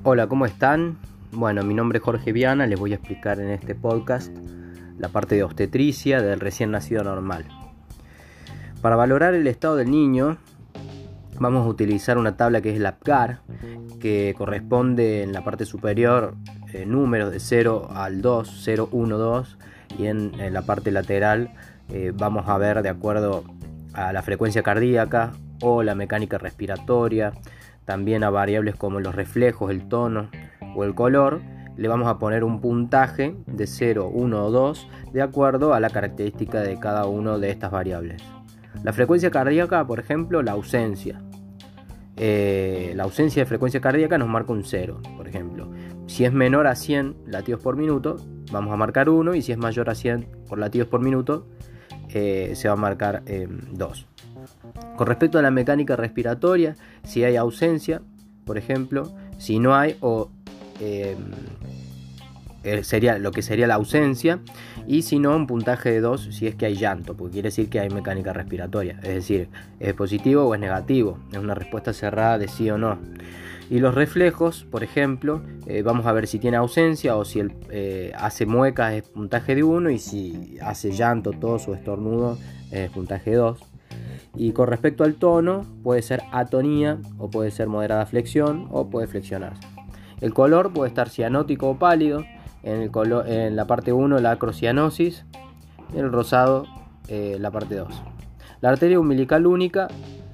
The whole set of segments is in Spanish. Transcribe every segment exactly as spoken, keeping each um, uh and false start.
Hola, ¿cómo están? Bueno, mi nombre es Jorge Viana, les voy a explicar en este podcast la parte de obstetricia del recién nacido normal. Para valorar el estado del niño, vamos a utilizar una tabla que es el APGAR, que corresponde en la parte superior eh, números de cero al dos, cero, uno, dos, y en, en la parte lateral eh, vamos a ver de acuerdo a la frecuencia cardíaca o la mecánica respiratoria, también a variables como los reflejos, el tono o el color. Le vamos a poner un puntaje de cero, uno o dos de acuerdo a la característica de cada una de estas variables. La frecuencia cardíaca, por ejemplo, la ausencia. Eh, la ausencia de frecuencia cardíaca nos marca un cero, por ejemplo. Si es menor a cien latidos por minuto, vamos a marcar uno, y si es mayor a cien por latidos por minuto, eh, se va a marcar eh, dos. Con respecto a la mecánica respiratoria, si hay ausencia, por ejemplo, si no hay, o eh, sería lo que sería la ausencia, y si no, un puntaje de dos si es que hay llanto, porque quiere decir que hay mecánica respiratoria, es decir, es positivo o es negativo, es una respuesta cerrada de sí o no. Y los reflejos, por ejemplo, eh, vamos a ver si tiene ausencia, o si él eh, hace muecas es puntaje de uno, y si hace llanto, tos o estornudo es puntaje dos. Y con respecto al tono, puede ser atonía, o puede ser moderada flexión, o puede flexionarse. El color puede estar cianótico o pálido. En, el color, en la parte uno la acrocianosis, en el rosado eh, la parte dos. La arteria umbilical única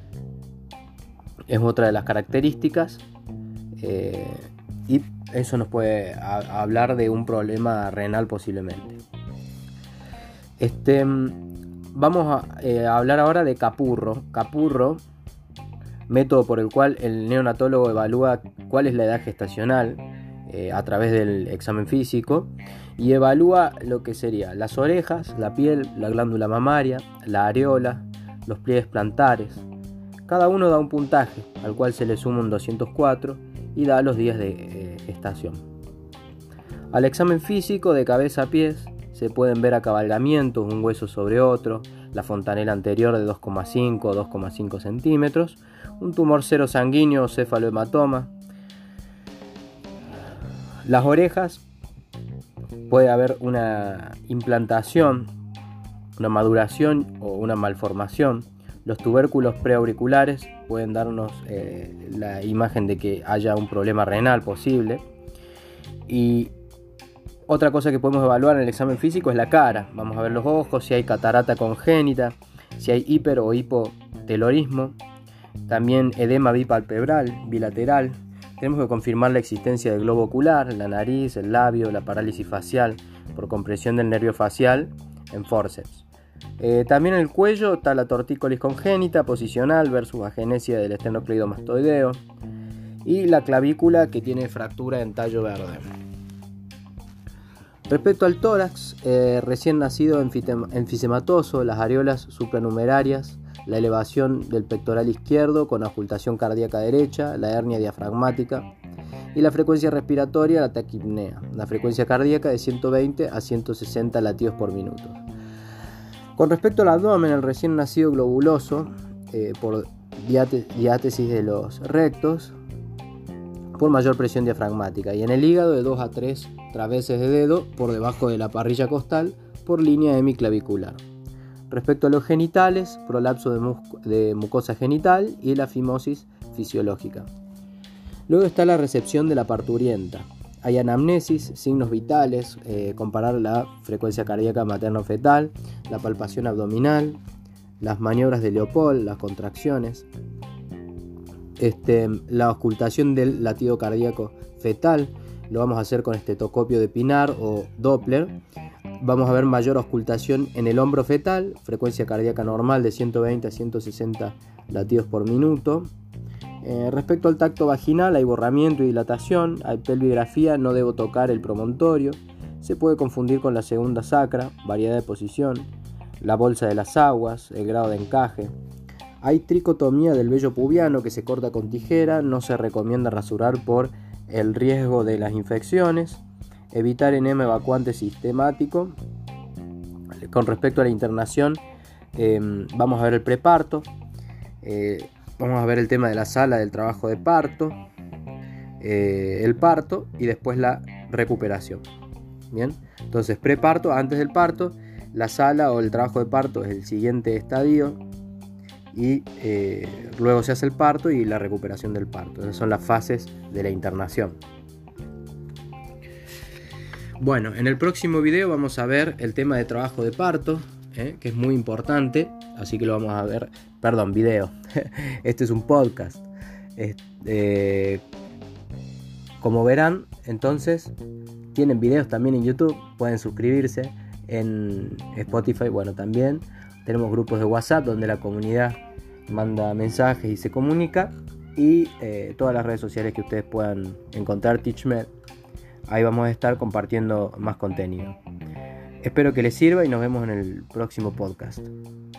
es otra de las características, eh, y eso nos puede a, hablar de un problema renal posiblemente. Este... Vamos a, eh, a hablar ahora de Capurro. Capurro, método por el cual el neonatólogo evalúa cuál es la edad gestacional eh, a través del examen físico, y evalúa lo que sería las orejas, la piel, la glándula mamaria, la areola, los pliegues plantares. Cada uno da un puntaje, al cual se le suma un doscientos cuatro y da los días de eh, gestación. Al examen físico de cabeza a pies se pueden ver acabalgamientos, un hueso sobre otro, la fontanela anterior de dos coma cinco o dos coma cinco centímetros, un tumor cero sanguíneo o cefalohematoma. Las orejas, puede haber una implantación, una maduración o una malformación. Los tubérculos preauriculares pueden darnos eh, la imagen de que haya un problema renal posible. Y otra cosa que podemos evaluar en el examen físico es la cara. Vamos a ver los ojos, si hay catarata congénita, si hay hiper o hipotelorismo, también edema bipalpebral, bilateral. Tenemos que confirmar la existencia del globo ocular, la nariz, el labio, la parálisis facial por compresión del nervio facial en forceps. Eh, también en el cuello está la tortícolis congénita posicional versus agenesia del esternocleidomastoideo, y la clavícula, que tiene fractura en tallo verde. Respecto al tórax, eh, recién nacido enfisematoso, las areolas supranumerarias, la elevación del pectoral izquierdo con auscultación cardíaca derecha, la hernia diafragmática, y la frecuencia respiratoria, la taquipnea, la frecuencia cardíaca de ciento veinte a ciento sesenta latidos por minuto. Con respecto al abdomen, el recién nacido globuloso, eh, por diate- diátesis de los rectos, por mayor presión diafragmática, y en el hígado de dos a tres traveses de dedo por debajo de la parrilla costal por línea hemiclavicular. Respecto a los genitales, prolapso de, mus- de mucosa genital y la fimosis fisiológica. Luego está la recepción de la parturienta. Hay anamnesis, signos vitales, eh, comparar la frecuencia cardíaca materno-fetal, la palpación abdominal, las maniobras de Leopold, las contracciones. Este, la auscultación del latido cardíaco fetal lo vamos a hacer con estetoscopio de Pinar o Doppler. Vamos a ver mayor auscultación en el hombro fetal, frecuencia cardíaca normal de ciento veinte a ciento sesenta latidos por minuto. Eh, respecto al tacto vaginal, hay borramiento y dilatación, hay pelvigrafía, no debo tocar el promontorio, se puede confundir con la segunda sacra, variedad de posición, la bolsa de las aguas, el grado de encaje. Hay tricotomía del vello pubiano, que se corta con tijera, no se recomienda rasurar por el riesgo de las infecciones. Evitar enema evacuante sistemático. Con respecto a la internación, eh, vamos a ver el preparto, eh, vamos a ver el tema de la sala del trabajo de parto, eh, el parto y después la recuperación. Bien, entonces preparto, antes del parto, la sala o el trabajo de parto es el siguiente estadio y eh, luego se hace el parto y la recuperación del parto. Esas son las fases de la internación. Bueno, en el próximo video vamos a ver el tema de trabajo de parto, ¿eh? que es muy importante, así que lo vamos a ver, perdón, video, este es un podcast. Eh, como verán, entonces, tienen videos también en YouTube, pueden suscribirse, en Spotify, bueno, también tenemos grupos de WhatsApp donde la comunidad manda mensajes y se comunica, y eh, todas las redes sociales que ustedes puedan encontrar TeachMed. Ahí vamos a estar compartiendo más contenido. Espero que les sirva y nos vemos en el próximo podcast.